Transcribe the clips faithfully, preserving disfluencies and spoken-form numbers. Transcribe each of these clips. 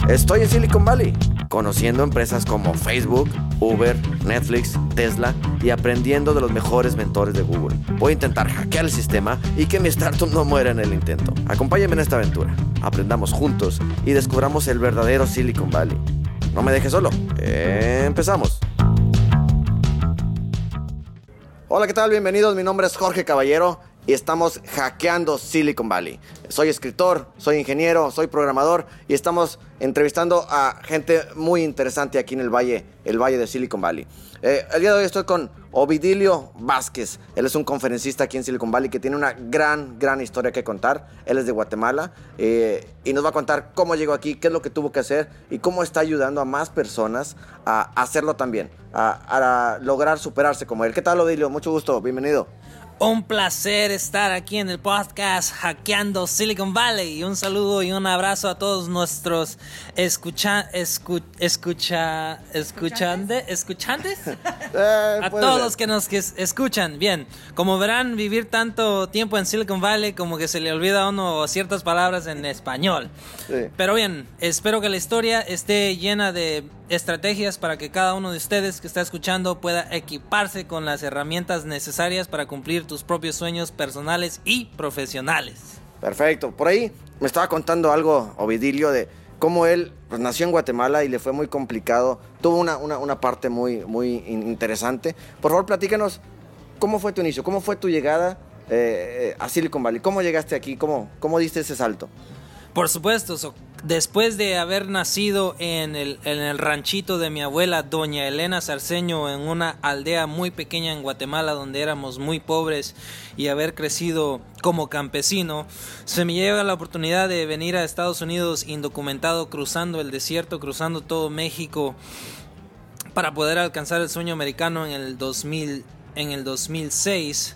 Estoy en Silicon Valley, conociendo empresas como Facebook, Uber, Netflix, Tesla y aprendiendo de los mejores mentores de Google. Voy a intentar hackear el sistema y que mi startup no muera en el intento. Acompáñenme en esta aventura, aprendamos juntos y descubramos el verdadero Silicon Valley. No me dejes solo, empezamos. Hola, ¿qué tal? Bienvenidos, mi nombre es Jorge Caballero y estamos hackeando Silicon Valley. Soy escritor, soy ingeniero, soy programador y estamos entrevistando a gente muy interesante aquí en el valle, el valle de Silicon Valley. Eh, el día de hoy estoy con Ovidio Vázquez. Él es un conferencista aquí en Silicon Valley que tiene una gran, gran historia que contar. Él es de Guatemala eh, y nos va a contar cómo llegó aquí, qué es lo que tuvo que hacer y cómo está ayudando a más personas a hacerlo también, a, a lograr superarse como él. ¿Qué tal, Ovidio? Mucho gusto, bienvenido. Un placer estar aquí en el podcast Hackeando Silicon Valley. Y un saludo y un abrazo a todos nuestros escucha, escu, escucha, escuchande, escuchantes. Eh, a todos los que nos que escuchan. Bien, como verán, vivir tanto tiempo en Silicon Valley como que se le olvida a uno ciertas palabras en español. Sí. Pero bien, espero que la historia esté llena de estrategias para que cada uno de ustedes que está escuchando pueda equiparse con las herramientas necesarias para cumplir tus propios sueños personales y profesionales. Perfecto. Por ahí me estaba contando algo, Ovidio, de cómo él pues, nació en Guatemala y le fue muy complicado. Tuvo una, una, una parte muy, muy interesante. Por favor, platícanos, ¿cómo fue tu inicio? ¿Cómo fue tu llegada eh, a Silicon Valley? ¿Cómo llegaste aquí? ¿Cómo, cómo diste ese salto? Por supuesto, so, después de haber nacido en el, en el ranchito de mi abuela, doña Elena Sarceño, en una aldea muy pequeña en Guatemala donde éramos muy pobres, y haber crecido como campesino, se me llega la oportunidad de venir a Estados Unidos indocumentado, cruzando el desierto, cruzando todo México, para poder alcanzar el sueño americano en el dos mil, en el dos mil seis.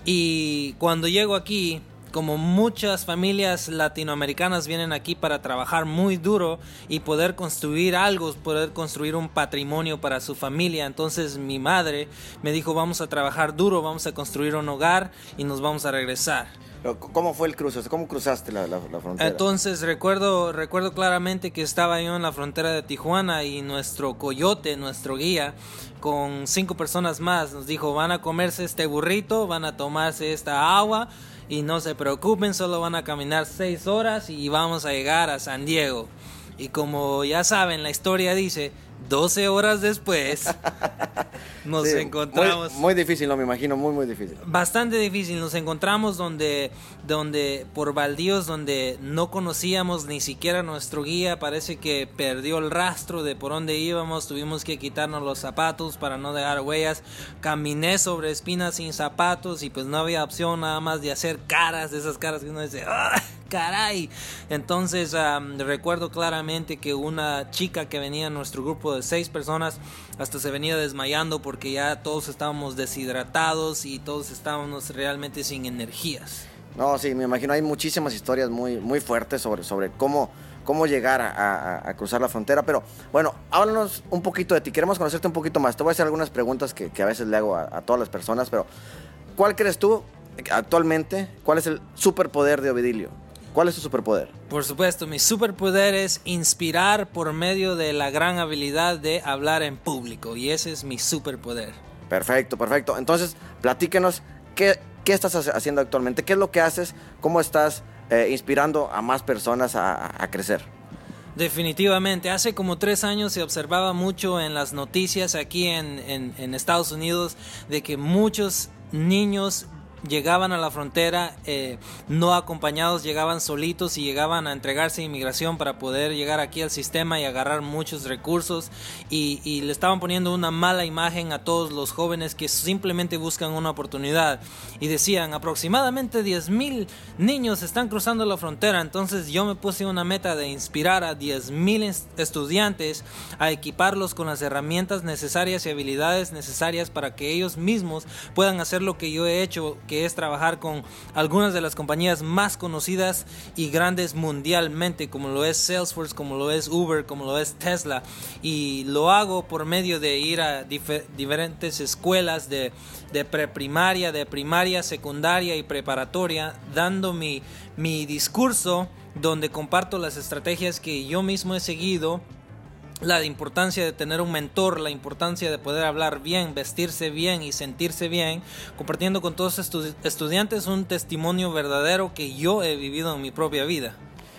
Y cuando llego aquí, como muchas familias latinoamericanas vienen aquí para trabajar muy duro y poder construir algo, poder construir un patrimonio para su familia. Entonces mi madre me dijo, vamos a trabajar duro, vamos a construir un hogar y nos vamos a regresar. ¿Cómo fue el cruce? ¿Cómo cruzaste la, la, la frontera? Entonces recuerdo, recuerdo claramente que estaba yo en la frontera de Tijuana y nuestro coyote, nuestro guía, con cinco personas más, nos dijo, van a comerse este burrito, van a tomarse esta agua y no se preocupen, solo van a caminar seis horas y vamos a llegar a San Diego. Y como ya saben, la historia dice, doce horas después nos sí, encontramos... Muy, muy difícil, no me imagino, muy, muy difícil. Bastante difícil, nos encontramos donde, donde por baldíos, donde no conocíamos ni siquiera nuestro guía, parece que perdió el rastro de por dónde íbamos, tuvimos que quitarnos los zapatos para no dejar huellas, caminé sobre espinas sin zapatos y pues no había opción nada más de hacer caras, de esas caras que uno dice, ¡ah! ¡Caray! Entonces um, recuerdo claramente que una chica que venía en nuestro grupo de seis personas hasta se venía desmayando porque ya todos estábamos deshidratados y todos estábamos realmente sin energías. No, sí, me imagino, hay muchísimas historias muy, muy fuertes sobre, sobre cómo, cómo llegar a, a, a cruzar la frontera, pero bueno, háblanos un poquito de ti, queremos conocerte un poquito más. Te voy a hacer algunas preguntas que, que a veces le hago a, a todas las personas, pero ¿cuál crees tú actualmente, cuál es el superpoder de Ovidio? ¿Cuál es tu superpoder? Por supuesto, mi superpoder es inspirar por medio de la gran habilidad de hablar en público, y ese es mi superpoder. Perfecto, perfecto. Entonces, platícanos, ¿qué, qué estás haciendo actualmente? ¿Qué es lo que haces? ¿Cómo estás eh, inspirando a más personas a, a crecer? Definitivamente, hace como tres años se observaba mucho en las noticias aquí en, en, en Estados Unidos de que muchos niños llegaban a la frontera eh, no acompañados, llegaban solitos y llegaban a entregarse a inmigración para poder llegar aquí al sistema y agarrar muchos recursos, y, y le estaban poniendo una mala imagen a todos los jóvenes que simplemente buscan una oportunidad, y decían aproximadamente diez mil niños están cruzando la frontera. Entonces yo me puse una meta de inspirar a diez mil estudiantes a equiparlos con las herramientas necesarias y habilidades necesarias para que ellos mismos puedan hacer lo que yo he hecho, que es trabajar con algunas de las compañías más conocidas y grandes mundialmente, como lo es Salesforce, como lo es Uber, como lo es Tesla, y lo hago por medio de ir a dif- diferentes escuelas de, de preprimaria, de primaria, secundaria y preparatoria, dando mi, mi discurso donde comparto las estrategias que yo mismo he seguido, la importancia de tener un mentor, la importancia de poder hablar bien, vestirse bien y sentirse bien, compartiendo con todos estos estudiantes un testimonio verdadero que yo he vivido en mi propia vida.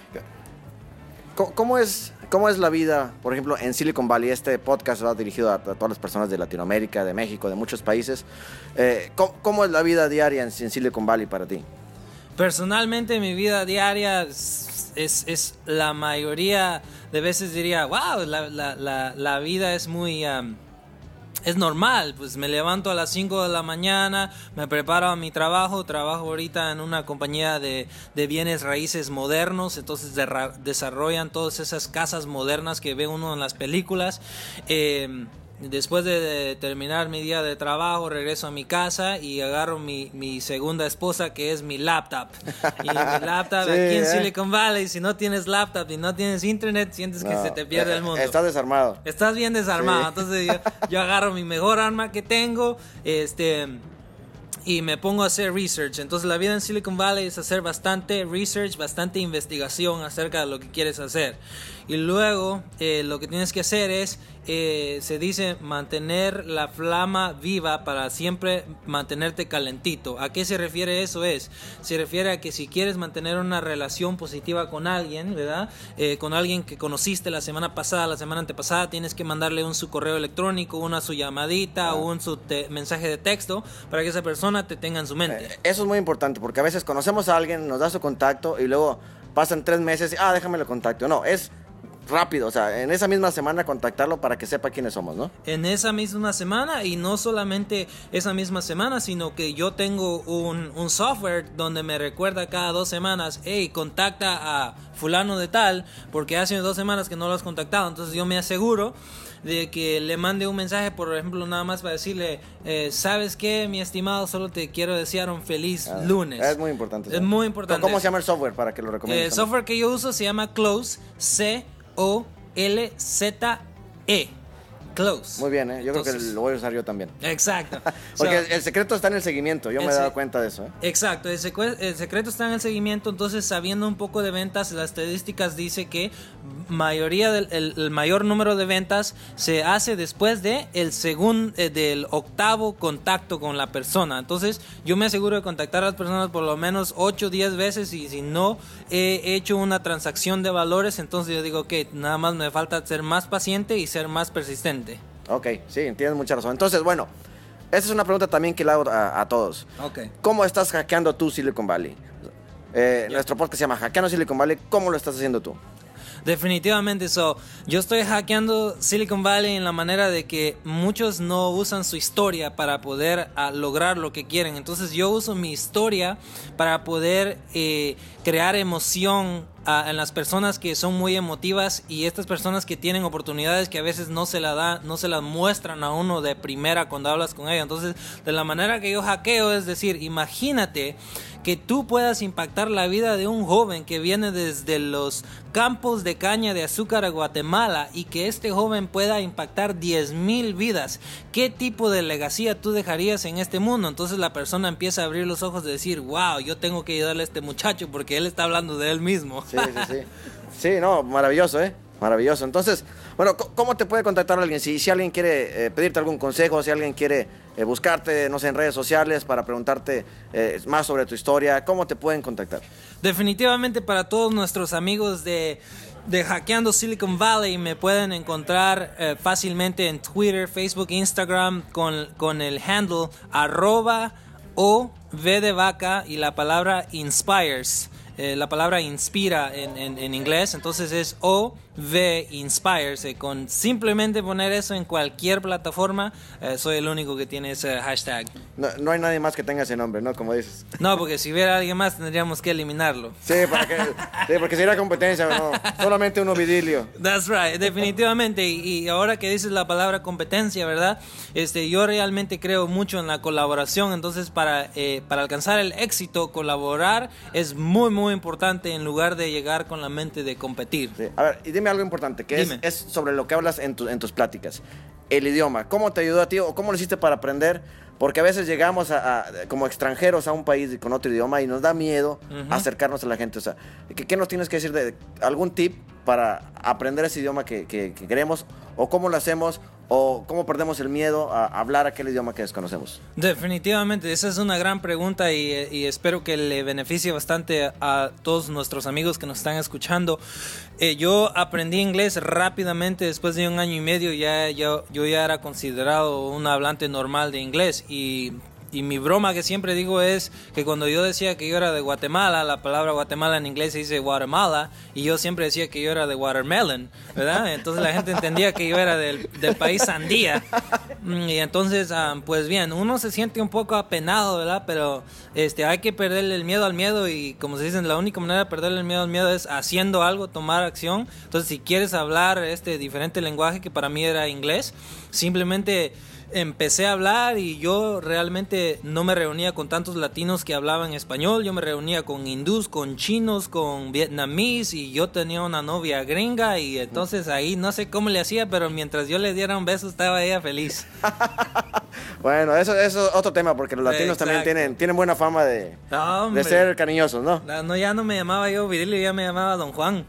¿Cómo es, cómo es la vida, por ejemplo, en Silicon Valley? Este podcast va dirigido a, a todas las personas de Latinoamérica, de México, de muchos países. Eh, ¿cómo, ¿Cómo es la vida diaria en, en Silicon Valley para ti? Personalmente, mi vida diaria es, es, es la mayoría de veces diría, wow, la, la, la, la vida es muy... Um, es normal, pues me levanto a las cinco de la mañana, me preparo a mi trabajo, trabajo ahorita en una compañía de, de bienes raíces modernos, entonces de, desarrollan todas esas casas modernas que ve uno en las películas. Eh, Después de, de terminar mi día de trabajo, regreso a mi casa y agarro mi, mi segunda esposa, que es mi laptop. Y mi laptop sí, aquí en eh. Silicon Valley, si no tienes laptop y no tienes internet, sientes no, que se te pierde eh, el mundo. Estás desarmado. Estás bien desarmado. Sí. Entonces yo, yo agarro mi mejor arma que tengo, este... y me pongo a hacer research. Entonces la vida en Silicon Valley es hacer bastante research, bastante investigación acerca de lo que quieres hacer. Y luego eh, lo que tienes que hacer es, eh, se dice, mantener la flama viva para siempre mantenerte calentito. ¿A qué se refiere eso? Es, se refiere a que si quieres mantener una relación positiva con alguien, ¿verdad? Eh, con alguien que conociste la semana pasada, la semana antepasada, tienes que mandarle un su correo electrónico, una su llamadita, o un su te- mensaje de texto para que esa persona te tenga en su mente. Eh, eso es muy importante porque a veces conocemos a alguien, nos da su contacto y luego pasan tres meses y, ah, déjame el contacto. No, es rápido, o sea, en esa misma semana contactarlo para que sepa quiénes somos, ¿no? En esa misma semana, y no solamente esa misma semana, sino que yo tengo un, un software donde me recuerda cada dos semanas, hey, contacta a fulano de tal, porque hace dos semanas que no lo has contactado. Entonces yo me aseguro de que le mande un mensaje, por ejemplo, nada más para decirle, eh, ¿sabes qué, mi estimado? Solo te quiero desear un feliz ah, lunes. Es muy importante. Es ¿sí? muy importante. ¿Cómo se llama el software para que lo recomiendes? El software que yo uso se llama Close, C O L Z E. Close. Muy bien, ¿eh? Yo Entonces, creo que lo voy a usar yo también. Exacto. Porque so, el secreto está en el seguimiento, yo me he dado cuenta de eso. ¿eh? Exacto, el, secu- el secreto está en el seguimiento. Entonces, sabiendo un poco de ventas, las estadísticas dice que mayoría del el, el mayor número de ventas se hace después de el segundo, eh, del octavo contacto con la persona. Entonces, yo me aseguro de contactar a las personas por lo menos ocho o diez veces, y si no he hecho una transacción de valores, entonces yo digo que nada más me falta ser más paciente y ser más persistente. Ok, sí, tienes mucha razón. Entonces, bueno, esa es una pregunta también que le hago a, a todos. Okay. ¿Cómo estás hackeando tú Silicon Valley? Eh, yeah. Nuestro podcast se llama Hackeando Silicon Valley. ¿Cómo lo estás haciendo tú? Definitivamente, so, yo estoy hackeando Silicon Valley en la manera de que muchos no usan su historia para poder uh, lograr lo que quieren. Entonces yo uso mi historia para poder eh, crear emoción uh, en las personas que son muy emotivas, y estas personas que tienen oportunidades que a veces no se la da, no se las muestran a uno de primera cuando hablas con ellos. Entonces, de la manera que yo hackeo es decir, imagínate que tú puedas impactar la vida de un joven que viene desde los campos de caña de azúcar a Guatemala, y que este joven pueda impactar diez mil vidas. ¿Qué tipo de legacía tú dejarías en este mundo? Entonces la persona empieza a abrir los ojos de decir, wow, yo tengo que ayudarle a este muchacho porque él está hablando de él mismo. Sí, sí, sí. Sí, no, maravilloso, ¿eh? Maravilloso. Entonces, bueno, ¿cómo te puede contactar alguien? Si, si alguien quiere eh, pedirte algún consejo, si alguien quiere eh, buscarte, no sé, en redes sociales para preguntarte eh, más sobre tu historia, ¿cómo te pueden contactar? Definitivamente, para todos nuestros amigos de, de Hackeando Silicon Valley, me pueden encontrar eh, fácilmente en Twitter, Facebook, Instagram con, con el handle arroba o v de vaca y la palabra inspires. Eh, la palabra inspira en, en, en inglés, entonces es O V Inspires. Eh, con simplemente poner eso en cualquier plataforma, eh, soy el único que tiene ese hashtag. No, no hay nadie más que tenga ese nombre, ¿no? Como dices. No, porque si hubiera alguien más tendríamos que eliminarlo. Sí, para que, sí porque sería competencia, ¿no? Solamente un ovidilio. That's right, definitivamente. Y, y ahora que dices la palabra competencia, ¿verdad? Este, yo realmente creo mucho en la colaboración. Entonces, para, eh, para alcanzar el éxito, colaborar es muy, muy importante en lugar de llegar con la mente de competir. Sí. A ver, y dime algo importante, que es, es sobre lo que hablas en, tu, en tus pláticas. el idioma. ¿Cómo te ayudó a ti o cómo lo hiciste para aprender? Porque a veces llegamos a, a, como extranjeros a un país con otro idioma y nos da miedo uh-huh. acercarnos a la gente. O sea, ¿qué, qué nos tienes que decir de algún tip para aprender ese idioma que, que, que queremos? ¿O cómo lo hacemos? ¿O cómo perdemos el miedo a hablar aquel idioma que desconocemos? Definitivamente, esa es una gran pregunta y, y espero que le beneficie bastante a todos nuestros amigos que nos están escuchando. Eh, yo aprendí inglés rápidamente, después de un año y medio ya, ya, yo ya era considerado un hablante normal de inglés y... Y mi broma que siempre digo es que cuando yo decía que yo era de Guatemala, la palabra Guatemala en inglés se dice Guatemala, y yo siempre decía que yo era de watermelon, ¿verdad? Entonces la gente entendía que yo era del, del país sandía. Y entonces, um, pues bien, uno se siente un poco apenado, ¿verdad? Pero este, hay que perderle el miedo al miedo y como se dice, la única manera de perderle el miedo al miedo es haciendo algo, tomar acción. Entonces, si quieres hablar este diferente lenguaje que para mí era inglés, simplemente... empecé a hablar y yo realmente no me reunía con tantos latinos que hablaban español, yo me reunía con hindús, con chinos, con vietnamíes y yo tenía una novia gringa y entonces ahí no sé cómo le hacía, pero mientras yo le diera un beso estaba ella feliz. Bueno, eso, eso es otro tema porque los latinos Exacto. también tienen, tienen buena fama de, no, de ser cariñosos, ¿no? No, ya no me llamaba yo Virilio, ya me llamaba Don Juan.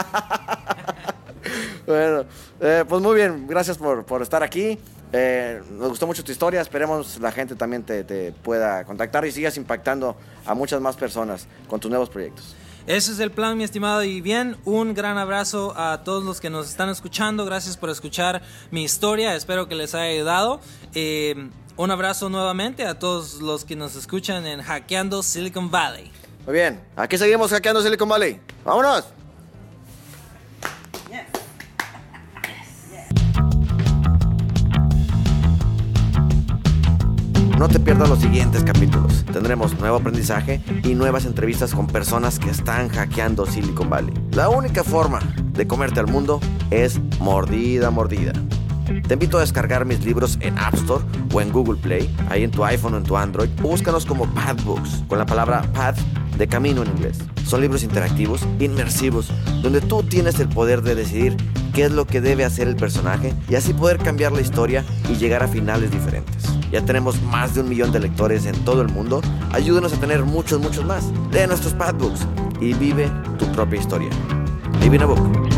Bueno, eh, pues muy bien, gracias por, por estar aquí. Eh, nos gustó mucho tu historia, esperemos la gente también te, te pueda contactar y sigas impactando a muchas más personas con tus nuevos proyectos. Ese es el plan, mi estimado. Y bien, un gran abrazo a todos los que nos están escuchando. Gracias por escuchar mi historia, espero que les haya ayudado. Eh, un abrazo nuevamente a todos los que nos escuchan en Hackeando Silicon Valley. Muy bien, aquí seguimos Hackeando Silicon Valley. ¡Vámonos! No te pierdas los siguientes capítulos. Tendremos nuevo aprendizaje y nuevas entrevistas con personas que están hackeando Silicon Valley. La única forma de comerte al mundo es mordida a mordida. Te invito a descargar mis libros en App Store o en Google Play, ahí en tu iPhone o en tu Android. O búscanos como Path Books, con la palabra path de camino en inglés. Son libros interactivos, inmersivos, donde tú tienes el poder de decidir qué es lo que debe hacer el personaje y así poder cambiar la historia y llegar a finales diferentes. Ya tenemos más de un millón de lectores en todo el mundo. Ayúdanos a tener muchos, muchos más. Lee nuestros Path Books y vive tu propia historia. Live in a book.